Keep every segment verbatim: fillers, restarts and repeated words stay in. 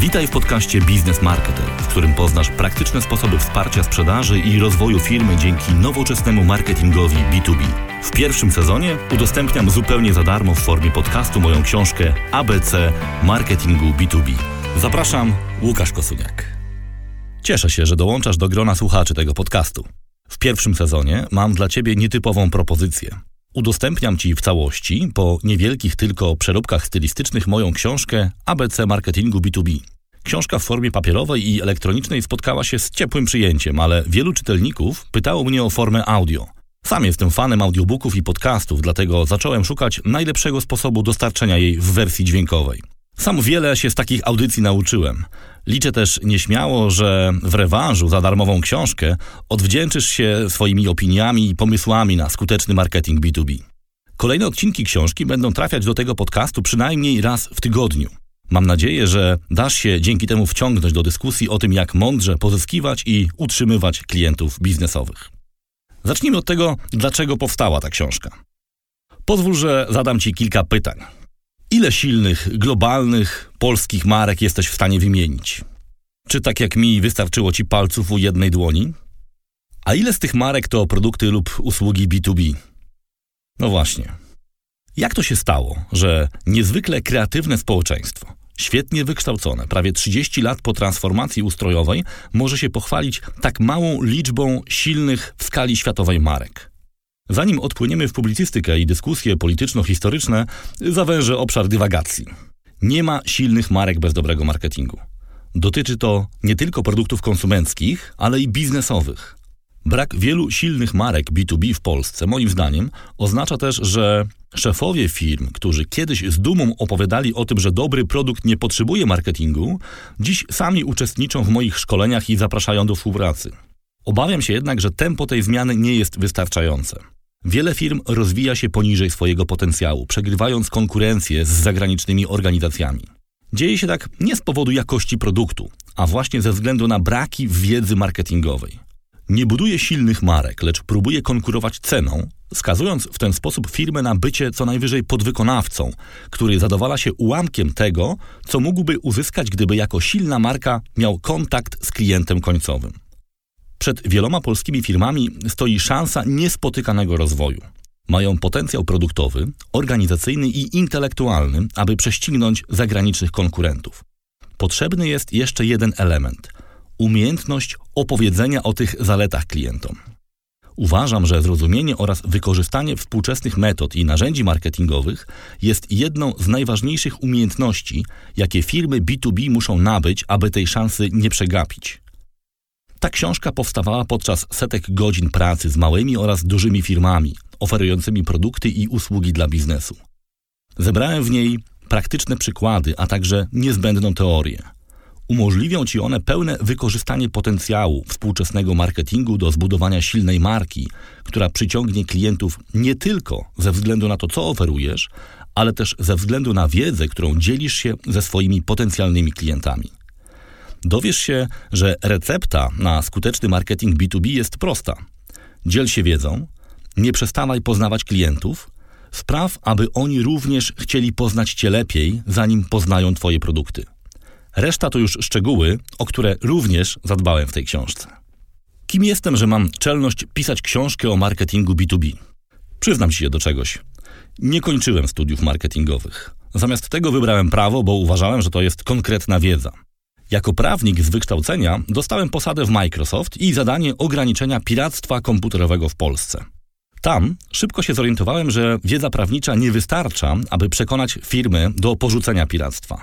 Witaj w podcaście Biznes Marketer, w którym poznasz praktyczne sposoby wsparcia sprzedaży i rozwoju firmy dzięki nowoczesnemu marketingowi B dwa B. W pierwszym sezonie udostępniam zupełnie za darmo w formie podcastu moją książkę A B C Marketingu B dwa B. Zapraszam, Łukasz Kosuniak. Cieszę się, że dołączasz do grona słuchaczy tego podcastu. W pierwszym sezonie mam dla Ciebie nietypową propozycję. Udostępniam Ci w całości, po niewielkich tylko przeróbkach stylistycznych, moją książkę A B C Marketingu B dwa B. Książka w formie papierowej i elektronicznej spotkała się z ciepłym przyjęciem, ale wielu czytelników pytało mnie o formę audio. Sam jestem fanem audiobooków i podcastów, dlatego zacząłem szukać najlepszego sposobu dostarczenia jej w wersji dźwiękowej. Sam wiele się z takich audycji nauczyłem. Liczę też nieśmiało, że w rewanżu za darmową książkę odwdzięczysz się swoimi opiniami i pomysłami na skuteczny marketing B dwa B. Kolejne odcinki książki będą trafiać do tego podcastu przynajmniej raz w tygodniu. Mam nadzieję, że dasz się dzięki temu wciągnąć do dyskusji o tym, jak mądrze pozyskiwać i utrzymywać klientów biznesowych. Zacznijmy od tego, dlaczego powstała ta książka. Pozwól, że zadam Ci kilka pytań. Ile silnych, globalnych, polskich marek jesteś w stanie wymienić? Czy tak jak mi wystarczyło Ci palców u jednej dłoni? A ile z tych marek to produkty lub usługi B dwa B? No właśnie. Jak to się stało, że niezwykle kreatywne społeczeństwo, świetnie wykształcone, prawie trzydzieści lat po transformacji ustrojowej, może się pochwalić tak małą liczbą silnych w skali światowej marek? Zanim odpłyniemy w publicystykę i dyskusje polityczno-historyczne, zawężę obszar dywagacji. Nie ma silnych marek bez dobrego marketingu. Dotyczy to nie tylko produktów konsumenckich, ale i biznesowych. Brak wielu silnych marek B dwa B w Polsce, moim zdaniem, oznacza też, że szefowie firm, którzy kiedyś z dumą opowiadali o tym, że dobry produkt nie potrzebuje marketingu, dziś sami uczestniczą w moich szkoleniach i zapraszają do współpracy. Obawiam się jednak, że tempo tej zmiany nie jest wystarczające. Wiele firm rozwija się poniżej swojego potencjału, przegrywając konkurencję z zagranicznymi organizacjami. Dzieje się tak nie z powodu jakości produktu, a właśnie ze względu na braki wiedzy marketingowej. Nie buduje silnych marek, lecz próbuje konkurować ceną, skazując w ten sposób firmę na bycie co najwyżej podwykonawcą, który zadowala się ułamkiem tego, co mógłby uzyskać, gdyby jako silna marka miał kontakt z klientem końcowym. Przed wieloma polskimi firmami stoi szansa niespotykanego rozwoju. Mają potencjał produktowy, organizacyjny i intelektualny, aby prześcignąć zagranicznych konkurentów. Potrzebny jest jeszcze jeden element – umiejętność opowiedzenia o tych zaletach klientom. Uważam, że zrozumienie oraz wykorzystanie współczesnych metod i narzędzi marketingowych jest jedną z najważniejszych umiejętności, jakie firmy B dwa B muszą nabyć, aby tej szansy nie przegapić. Ta książka powstawała podczas setek godzin pracy z małymi oraz dużymi firmami, oferującymi produkty i usługi dla biznesu. Zebrałem w niej praktyczne przykłady, a także niezbędną teorię. Umożliwią Ci one pełne wykorzystanie potencjału współczesnego marketingu do zbudowania silnej marki, która przyciągnie klientów nie tylko ze względu na to, co oferujesz, ale też ze względu na wiedzę, którą dzielisz się ze swoimi potencjalnymi klientami. Dowiesz się, że recepta na skuteczny marketing B dwa B jest prosta. Dziel się wiedzą, nie przestawaj poznawać klientów, spraw, aby oni również chcieli poznać Cię lepiej, zanim poznają Twoje produkty. Reszta to już szczegóły, o które również zadbałem w tej książce. Kim jestem, że mam czelność pisać książkę o marketingu B dwa B? Przyznam Ci się do czegoś. Nie kończyłem studiów marketingowych. Zamiast tego wybrałem prawo, bo uważałem, że to jest konkretna wiedza. Jako prawnik z wykształcenia dostałem posadę w Microsoft i zadanie ograniczenia piractwa komputerowego w Polsce. Tam szybko się zorientowałem, że wiedza prawnicza nie wystarcza, aby przekonać firmy do porzucenia piractwa.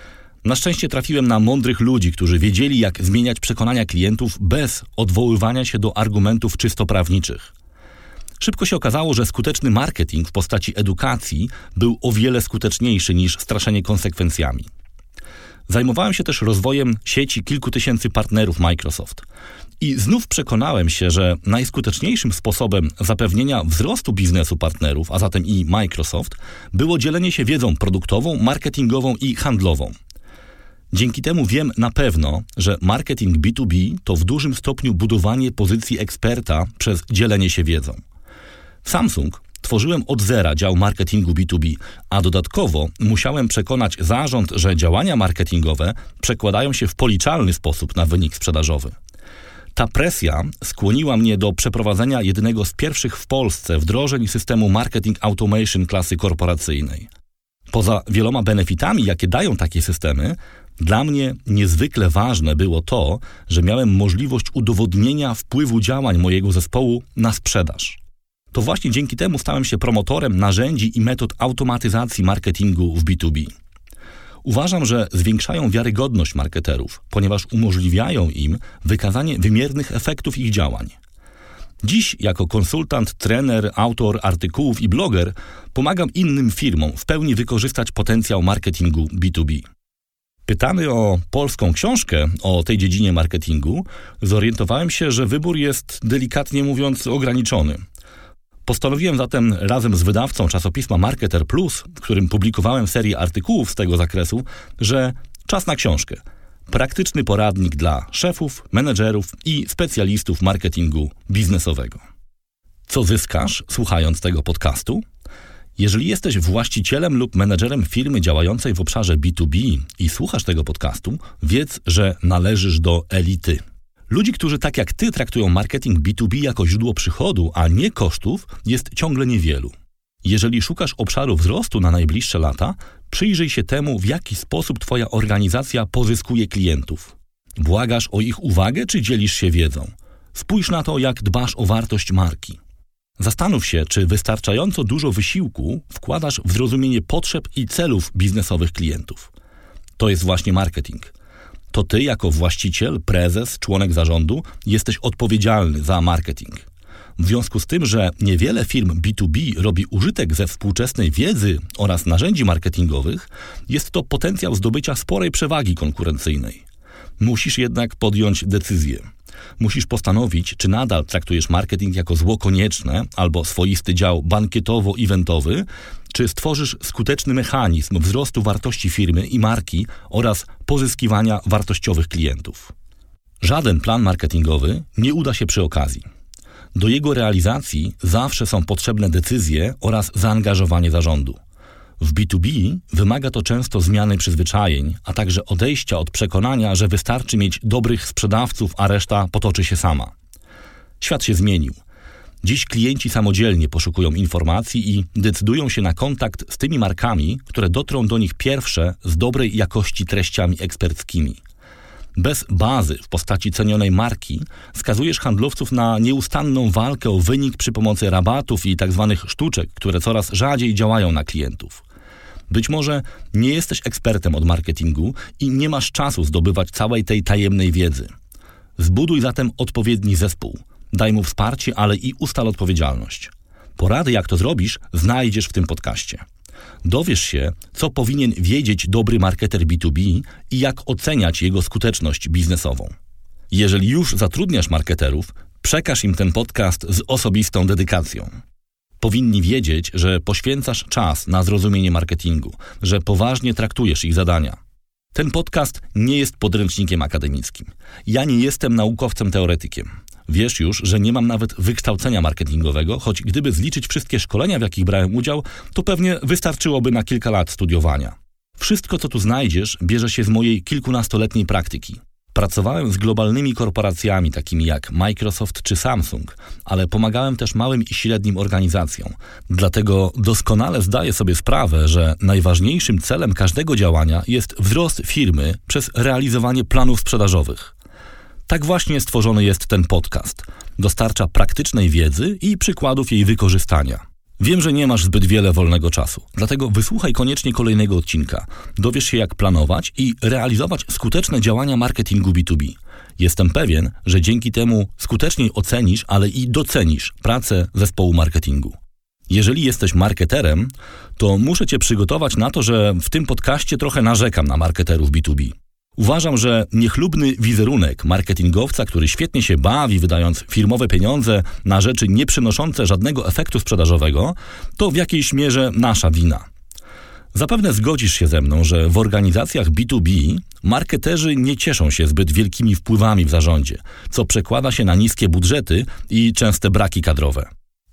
Na szczęście trafiłem na mądrych ludzi, którzy wiedzieli, jak zmieniać przekonania klientów bez odwoływania się do argumentów czysto prawniczych. Szybko się okazało, że skuteczny marketing w postaci edukacji był o wiele skuteczniejszy niż straszenie konsekwencjami. Zajmowałem się też rozwojem sieci kilku tysięcy partnerów Microsoft. I znów przekonałem się, że najskuteczniejszym sposobem zapewnienia wzrostu biznesu partnerów, a zatem i Microsoft, było dzielenie się wiedzą produktową, marketingową i handlową. Dzięki temu wiem na pewno, że marketing B dwa B to w dużym stopniu budowanie pozycji eksperta przez dzielenie się wiedzą. Samsung Tworzyłem od zera dział marketingu B dwa B, a dodatkowo musiałem przekonać zarząd, że działania marketingowe przekładają się w policzalny sposób na wynik sprzedażowy. Ta presja skłoniła mnie do przeprowadzenia jednego z pierwszych w Polsce wdrożeń systemu Marketing Automation klasy korporacyjnej. Poza wieloma benefitami, jakie dają takie systemy, dla mnie niezwykle ważne było to, że miałem możliwość udowodnienia wpływu działań mojego zespołu na sprzedaż. To właśnie dzięki temu stałem się promotorem narzędzi i metod automatyzacji marketingu w B dwa B. Uważam, że zwiększają wiarygodność marketerów, ponieważ umożliwiają im wykazanie wymiernych efektów ich działań. Dziś jako konsultant, trener, autor artykułów i bloger pomagam innym firmom w pełni wykorzystać potencjał marketingu B dwa B. Pytany o polską książkę o tej dziedzinie marketingu, zorientowałem się, że wybór jest delikatnie mówiąc ograniczony. Postanowiłem zatem razem z wydawcą czasopisma Marketer Plus, w którym publikowałem serię artykułów z tego zakresu, że czas na książkę. Praktyczny poradnik dla szefów, menedżerów i specjalistów marketingu biznesowego. Co zyskasz, słuchając tego podcastu? Jeżeli jesteś właścicielem lub menedżerem firmy działającej w obszarze B dwa B i słuchasz tego podcastu, wiedz, że należysz do elity. Ludzi, którzy tak jak ty traktują marketing B dwa B jako źródło przychodu, a nie kosztów, jest ciągle niewielu. Jeżeli szukasz obszaru wzrostu na najbliższe lata, przyjrzyj się temu, w jaki sposób twoja organizacja pozyskuje klientów. Błagasz o ich uwagę, czy dzielisz się wiedzą? Spójrz na to, jak dbasz o wartość marki. Zastanów się, czy wystarczająco dużo wysiłku wkładasz w zrozumienie potrzeb i celów biznesowych klientów. To jest właśnie marketing. To ty jako właściciel, prezes, członek zarządu jesteś odpowiedzialny za marketing. W związku z tym, że niewiele firm B dwa B robi użytek ze współczesnej wiedzy oraz narzędzi marketingowych, jest to potencjał zdobycia sporej przewagi konkurencyjnej. Musisz jednak podjąć decyzję. Musisz postanowić, czy nadal traktujesz marketing jako zło konieczne albo swoisty dział bankietowo-eventowy, czy stworzysz skuteczny mechanizm wzrostu wartości firmy i marki oraz pozyskiwania wartościowych klientów. Żaden plan marketingowy nie uda się przy okazji. Do jego realizacji zawsze są potrzebne decyzje oraz zaangażowanie zarządu. W B dwa B wymaga to często zmiany przyzwyczajeń, a także odejścia od przekonania, że wystarczy mieć dobrych sprzedawców, a reszta potoczy się sama. Świat się zmienił. Dziś klienci samodzielnie poszukują informacji i decydują się na kontakt z tymi markami, które dotrą do nich pierwsze z dobrej jakości treściami eksperckimi. Bez bazy w postaci cenionej marki skazujesz handlowców na nieustanną walkę o wynik przy pomocy rabatów i tzw. sztuczek, które coraz rzadziej działają na klientów. Być może nie jesteś ekspertem od marketingu i nie masz czasu zdobywać całej tej tajemnej wiedzy. Zbuduj zatem odpowiedni zespół. Daj mu wsparcie, ale i ustal odpowiedzialność. Porady, jak to zrobisz, znajdziesz w tym podcaście. Dowiesz się, co powinien wiedzieć dobry marketer B dwa B i jak oceniać jego skuteczność biznesową. Jeżeli już zatrudniasz marketerów, przekaż im ten podcast z osobistą dedykacją. Powinni wiedzieć, że poświęcasz czas na zrozumienie marketingu, że poważnie traktujesz ich zadania. Ten podcast nie jest podręcznikiem akademickim. Ja nie jestem naukowcem teoretykiem. Wiesz już, że nie mam nawet wykształcenia marketingowego, choć gdyby zliczyć wszystkie szkolenia, w jakich brałem udział, to pewnie wystarczyłoby na kilka lat studiowania. Wszystko, co tu znajdziesz, bierze się z mojej kilkunastoletniej praktyki. Pracowałem z globalnymi korporacjami, takimi jak Microsoft czy Samsung, ale pomagałem też małym i średnim organizacjom. Dlatego doskonale zdaję sobie sprawę, że najważniejszym celem każdego działania jest wzrost firmy przez realizowanie planów sprzedażowych. Tak właśnie stworzony jest ten podcast. Dostarcza praktycznej wiedzy i przykładów jej wykorzystania. Wiem, że nie masz zbyt wiele wolnego czasu, dlatego wysłuchaj koniecznie kolejnego odcinka. Dowiesz się, jak planować i realizować skuteczne działania marketingu B dwa B. Jestem pewien, że dzięki temu skuteczniej ocenisz, ale i docenisz pracę zespołu marketingu. Jeżeli jesteś marketerem, to muszę Cię przygotować na to, że w tym podcaście trochę narzekam na marketerów B dwa B. Uważam, że niechlubny wizerunek marketingowca, który świetnie się bawi, wydając firmowe pieniądze na rzeczy nie przynoszące żadnego efektu sprzedażowego, to w jakiejś mierze nasza wina. Zapewne zgodzisz się ze mną, że w organizacjach B dwa B marketerzy nie cieszą się zbyt wielkimi wpływami w zarządzie, co przekłada się na niskie budżety i częste braki kadrowe.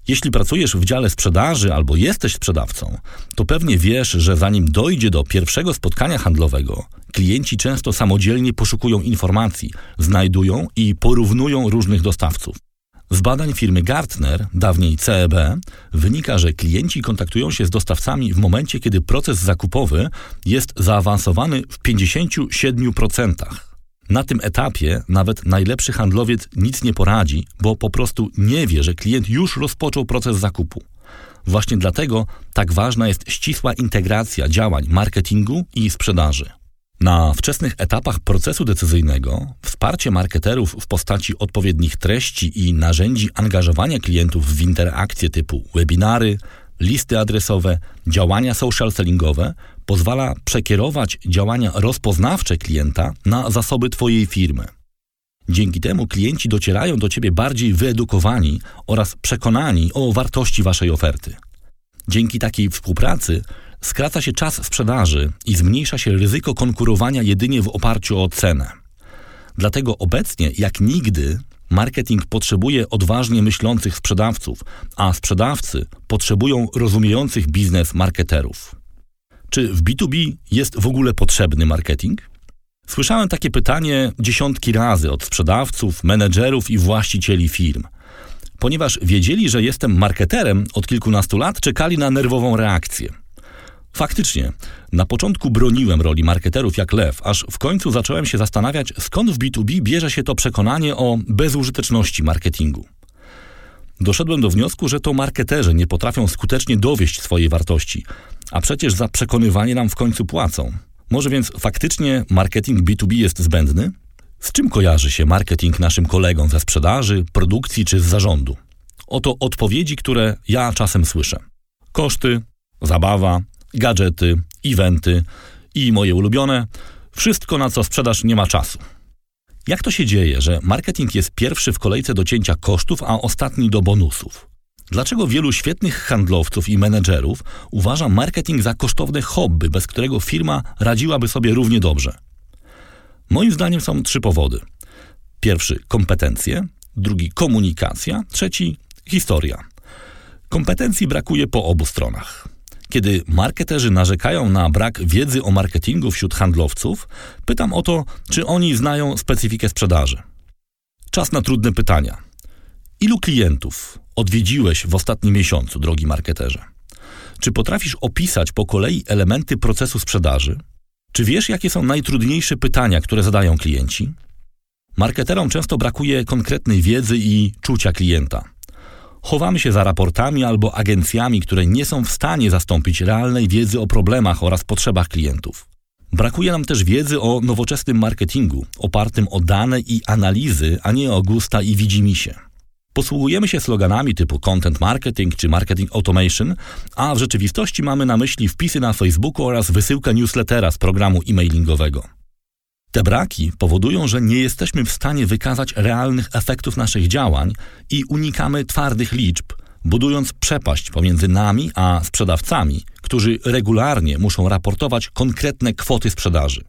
Jeśli pracujesz w dziale sprzedaży albo jesteś sprzedawcą, to pewnie wiesz, że zanim dojdzie do pierwszego spotkania handlowego, klienci często samodzielnie poszukują informacji, znajdują i porównują różnych dostawców. Z badań firmy Gartner, dawniej C E B, wynika, że klienci kontaktują się z dostawcami w momencie, kiedy proces zakupowy jest zaawansowany w pięćdziesięciu siedmiu procentach. Na tym etapie nawet najlepszy handlowiec nic nie poradzi, bo po prostu nie wie, że klient już rozpoczął proces zakupu. Właśnie dlatego tak ważna jest ścisła integracja działań marketingu i sprzedaży. Na wczesnych etapach procesu decyzyjnego wsparcie marketerów w postaci odpowiednich treści i narzędzi angażowania klientów w interakcje typu webinary, listy adresowe, działania social sellingowe pozwala przekierować działania rozpoznawcze klienta na zasoby Twojej firmy. Dzięki temu klienci docierają do Ciebie bardziej wyedukowani oraz przekonani o wartości Waszej oferty. Dzięki takiej współpracy skraca się czas sprzedaży i zmniejsza się ryzyko konkurowania jedynie w oparciu o cenę. Dlatego obecnie, jak nigdy, marketing potrzebuje odważnie myślących sprzedawców, a sprzedawcy potrzebują rozumiejących biznes marketerów. Czy w B dwa B jest w ogóle potrzebny marketing? Słyszałem takie pytanie dziesiątki razy od sprzedawców, menedżerów i właścicieli firm. Ponieważ wiedzieli, że jestem marketerem, od kilkunastu lat czekali na nerwową reakcję. Faktycznie, na początku broniłem roli marketerów jak lew, aż w końcu zacząłem się zastanawiać, skąd w B dwa B bierze się to przekonanie o bezużyteczności marketingu. Doszedłem do wniosku, że to marketerzy nie potrafią skutecznie dowieść swojej wartości, a przecież za przekonywanie nam w końcu płacą. Może więc faktycznie marketing B dwa B jest zbędny? Z czym kojarzy się marketing naszym kolegom ze sprzedaży, produkcji czy z zarządu? Oto odpowiedzi, które ja czasem słyszę. Koszty, zabawa, gadżety, eventy i moje ulubione, wszystko na co sprzedaż nie ma czasu. Jak to się dzieje, że marketing jest pierwszy w kolejce do cięcia kosztów, a ostatni do bonusów? Dlaczego wielu świetnych handlowców i menedżerów uważa marketing za kosztowne hobby, bez którego firma radziłaby sobie równie dobrze? Moim zdaniem są trzy powody. Pierwszy – kompetencje, drugi – komunikacja, trzeci – historia. Kompetencji brakuje po obu stronach. Kiedy marketerzy narzekają na brak wiedzy o marketingu wśród handlowców, pytam o to, czy oni znają specyfikę sprzedaży. Czas na trudne pytania. Ilu klientów odwiedziłeś w ostatnim miesiącu, drogi marketerze? Czy potrafisz opisać po kolei elementy procesu sprzedaży? Czy wiesz, jakie są najtrudniejsze pytania, które zadają klienci? Marketerom często brakuje konkretnej wiedzy i czucia klienta. Chowamy się za raportami albo agencjami, które nie są w stanie zastąpić realnej wiedzy o problemach oraz potrzebach klientów. Brakuje nam też wiedzy o nowoczesnym marketingu, opartym o dane i analizy, a nie o gusta i widzimisię. Posługujemy się sloganami typu content marketing czy marketing automation, a w rzeczywistości mamy na myśli wpisy na Facebooku oraz wysyłkę newslettera z programu e-mailingowego. Te braki powodują, że nie jesteśmy w stanie wykazać realnych efektów naszych działań i unikamy twardych liczb, budując przepaść pomiędzy nami a sprzedawcami, którzy regularnie muszą raportować konkretne kwoty sprzedaży.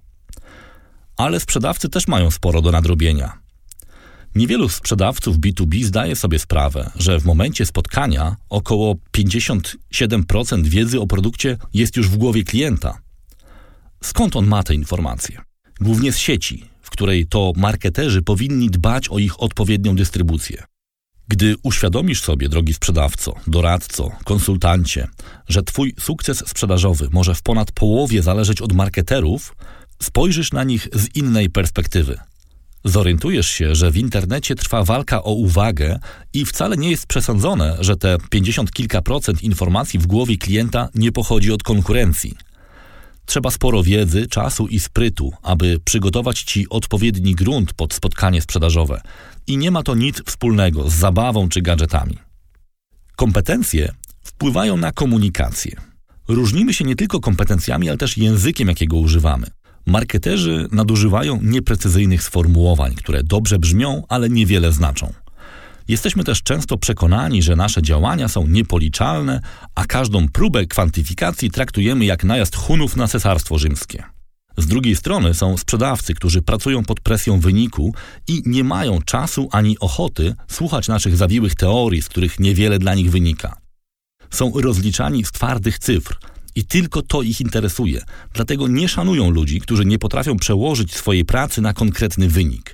Ale sprzedawcy też mają sporo do nadrobienia. Niewielu sprzedawców B dwa B zdaje sobie sprawę, że w momencie spotkania około pięćdziesiąt siedem procent wiedzy o produkcie jest już w głowie klienta. Skąd on ma te informacje? Głównie z sieci, w której to marketerzy powinni dbać o ich odpowiednią dystrybucję. Gdy uświadomisz sobie, drogi sprzedawco, doradco, konsultancie, że Twój sukces sprzedażowy może w ponad połowie zależeć od marketerów, spojrzysz na nich z innej perspektywy. Zorientujesz się, że w internecie trwa walka o uwagę i wcale nie jest przesądzone, że te pięćdziesiąt kilka procent informacji w głowie klienta nie pochodzi od konkurencji. Trzeba sporo wiedzy, czasu i sprytu, aby przygotować Ci odpowiedni grunt pod spotkanie sprzedażowe i nie ma to nic wspólnego z zabawą czy gadżetami. Kompetencje wpływają na komunikację. Różnimy się nie tylko kompetencjami, ale też językiem, jakiego używamy. Marketerzy nadużywają nieprecyzyjnych sformułowań, które dobrze brzmią, ale niewiele znaczą. Jesteśmy też często przekonani, że nasze działania są niepoliczalne, a każdą próbę kwantyfikacji traktujemy jak najazd Hunów na Cesarstwo Rzymskie. Z drugiej strony są sprzedawcy, którzy pracują pod presją wyniku i nie mają czasu ani ochoty słuchać naszych zawiłych teorii, z których niewiele dla nich wynika. Są rozliczani z twardych cyfr i tylko to ich interesuje, dlatego nie szanują ludzi, którzy nie potrafią przełożyć swojej pracy na konkretny wynik.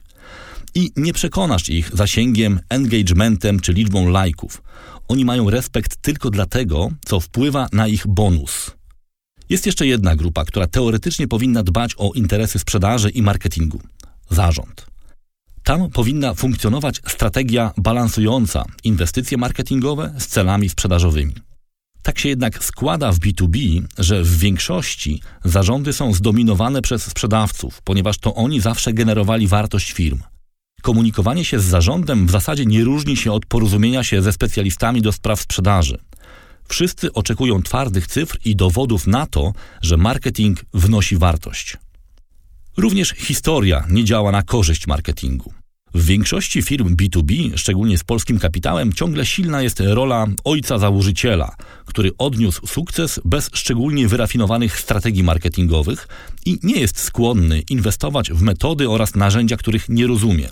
I nie przekonasz ich zasięgiem, engagementem czy liczbą lajków. Oni mają respekt tylko dlatego, co wpływa na ich bonus. Jest jeszcze jedna grupa, która teoretycznie powinna dbać o interesy sprzedaży i marketingu. Zarząd. Tam powinna funkcjonować strategia balansująca inwestycje marketingowe z celami sprzedażowymi. Tak się jednak składa w B dwa B, że w większości zarządy są zdominowane przez sprzedawców, ponieważ to oni zawsze generowali wartość firm. Komunikowanie się z zarządem w zasadzie nie różni się od porozumienia się ze specjalistami do spraw sprzedaży. Wszyscy oczekują twardych cyfr i dowodów na to, że marketing wnosi wartość. Również historia nie działa na korzyść marketingu. W większości firm B dwa B, szczególnie z polskim kapitałem, ciągle silna jest rola ojca założyciela, który odniósł sukces bez szczególnie wyrafinowanych strategii marketingowych i nie jest skłonny inwestować w metody oraz narzędzia, których nie rozumie.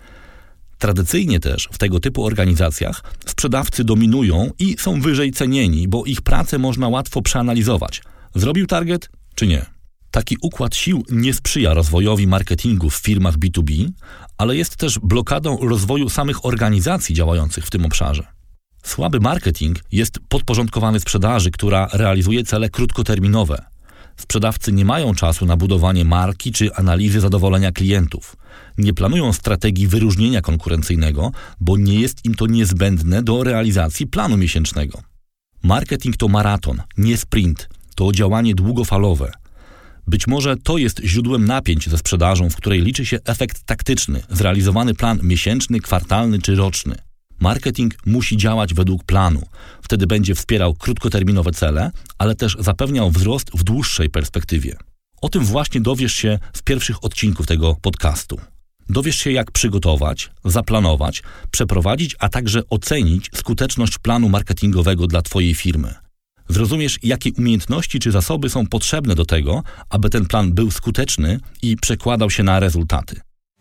Tradycyjnie też w tego typu organizacjach sprzedawcy dominują i są wyżej cenieni, bo ich pracę można łatwo przeanalizować. Zrobił target czy nie? Taki układ sił nie sprzyja rozwojowi marketingu w firmach B dwa B, ale jest też blokadą rozwoju samych organizacji działających w tym obszarze. Słaby marketing jest podporządkowany sprzedaży, która realizuje cele krótkoterminowe. Sprzedawcy nie mają czasu na budowanie marki czy analizy zadowolenia klientów. Nie planują strategii wyróżnienia konkurencyjnego, bo nie jest im to niezbędne do realizacji planu miesięcznego. Marketing to maraton, nie sprint. To działanie długofalowe. Być może to jest źródłem napięć ze sprzedażą, w której liczy się efekt taktyczny, zrealizowany plan miesięczny, kwartalny czy roczny. Marketing musi działać według planu. Wtedy będzie wspierał krótkoterminowe cele, ale też zapewniał wzrost w dłuższej perspektywie. O tym właśnie dowiesz się z pierwszych odcinków tego podcastu. Dowiesz się, jak przygotować, zaplanować, przeprowadzić, a także ocenić skuteczność planu marketingowego dla Twojej firmy. Zrozumiesz, jakie umiejętności czy zasoby są potrzebne do tego, aby ten plan był skuteczny i przekładał się na rezultaty.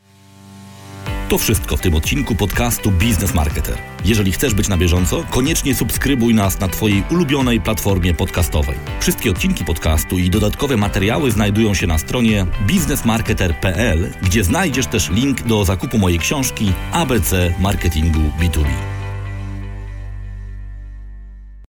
To wszystko w tym odcinku podcastu Biznes Marketer. Jeżeli chcesz być na bieżąco, koniecznie subskrybuj nas na Twojej ulubionej platformie podcastowej. Wszystkie odcinki podcastu i dodatkowe materiały znajdują się na stronie biznesmarketer kropka p l, gdzie znajdziesz też link do zakupu mojej książki A B C Marketingu B dwa B.